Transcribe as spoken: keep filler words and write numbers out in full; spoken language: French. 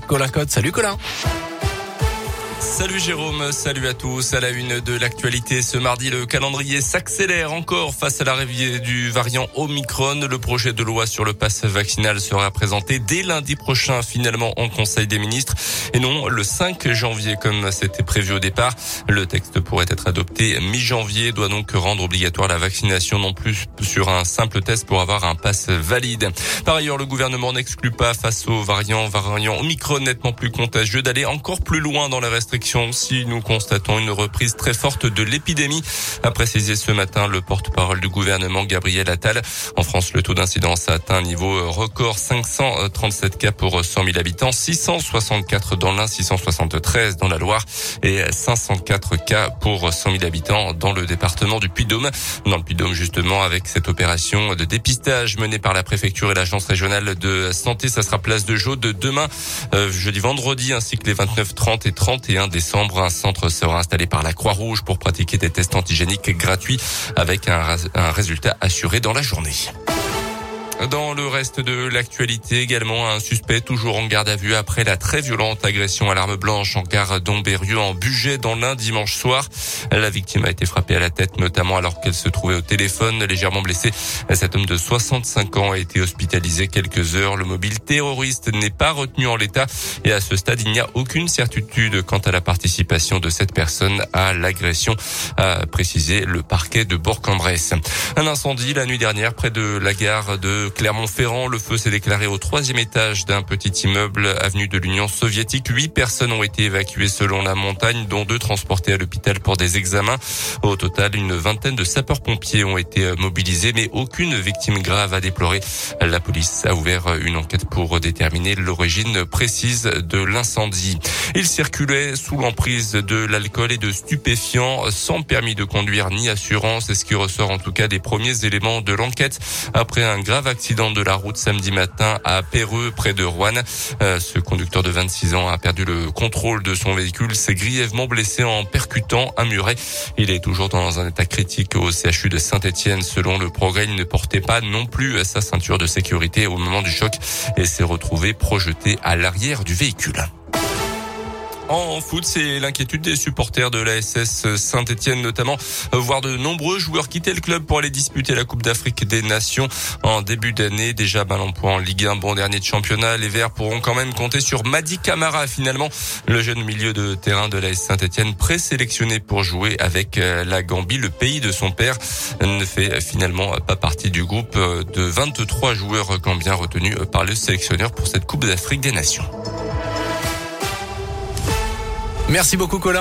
Colin Cotte. Salut Colin. Salut Jérôme, salut à tous. À la une de l'actualité ce mardi, le calendrier s'accélère encore face à l'arrivée du variant Omicron. Le projet de loi sur le pass vaccinal sera présenté dès lundi prochain, finalement en Conseil des ministres, et non le cinq janvier comme c'était prévu au départ. Le texte pourrait être adopté mi-janvier, doit donc rendre obligatoire la vaccination non plus sur un simple test pour avoir un pass valide. Par ailleurs, le gouvernement n'exclut pas face au variant, variant Omicron nettement plus contagieux d'aller encore plus loin dans la restriction si nous constatons une reprise très forte de l'épidémie, a précisé ce matin le porte-parole du gouvernement Gabriel Attal. En France, le taux d'incidence a atteint un niveau record, cinq cent trente-sept cas pour cent mille habitants, six cent soixante-quatre dans l'Ain, six cent soixante-treize dans la Loire et cinq cent quatre cas pour cent mille habitants dans le département du Puy-de-Dôme. Dans le Puy-de-Dôme, justement, avec cette opération de dépistage menée par la préfecture et l'agence régionale de santé, ça sera place de Jaude demain, euh, jeudi, vendredi, ainsi que les vingt-neuf, trente et trente et un décembre. Un centre sera installé par la Croix-Rouge pour pratiquer des tests antigéniques gratuits avec un, un résultat assuré dans la journée. Dans le reste de l'actualité également, un suspect toujours en garde à vue après la très violente agression à l'arme blanche en gare d'Ambérieu en Bugey dans l'Ain dimanche soir. La victime a été frappée à la tête, notamment alors qu'elle se trouvait au téléphone. Légèrement blessé, cet homme de soixante-cinq ans a été hospitalisé quelques heures. Le mobile terroriste n'est pas retenu en l'état et à ce stade, il n'y a aucune certitude quant à la participation de cette personne à l'agression, a précisé le parquet de Bourg-en-Bresse. Un incendie la nuit dernière près de la gare de Clermont-Ferrand. Le feu s'est déclaré au troisième étage d'un petit immeuble avenue de l'Union soviétique. Huit personnes ont été évacuées selon la montagne, dont deux transportées à l'hôpital pour des examens. Au total, une vingtaine de sapeurs-pompiers ont été mobilisés, mais aucune victime grave à déplorer. La police a ouvert une enquête pour déterminer l'origine précise de l'incendie. Il circulait sous l'emprise de l'alcool et de stupéfiants, sans permis de conduire ni assurance. C'est ce qui ressort en tout cas des premiers éléments de l'enquête après un grave accident de la route samedi matin à Perreux, près de Roanne. Euh, ce conducteur de vingt-six ans a perdu le contrôle de son véhicule, s'est grièvement blessé en percutant un muret. Il est toujours dans un état critique au C H U de Saint-Étienne. Selon le Progrès, il ne portait pas non plus sa ceinture de sécurité au moment du choc et s'est retrouvé projeté à l'arrière du véhicule. En foot, c'est l'inquiétude des supporters de l'A S S Saint-Étienne notamment, voir de nombreux joueurs quitter le club pour aller disputer la Coupe d'Afrique des Nations en début d'année. Déjà ballon point en Ligue un, bon dernier de championnat. Les Verts pourront quand même compter sur Madi Camara finalement, le jeune milieu de terrain de l'A S Saint-Étienne présélectionné pour jouer avec la Gambie. Le pays de son père ne fait finalement pas partie du groupe de vingt-trois joueurs gambiens retenus par le sélectionneur pour cette Coupe d'Afrique des Nations. Merci beaucoup Colin.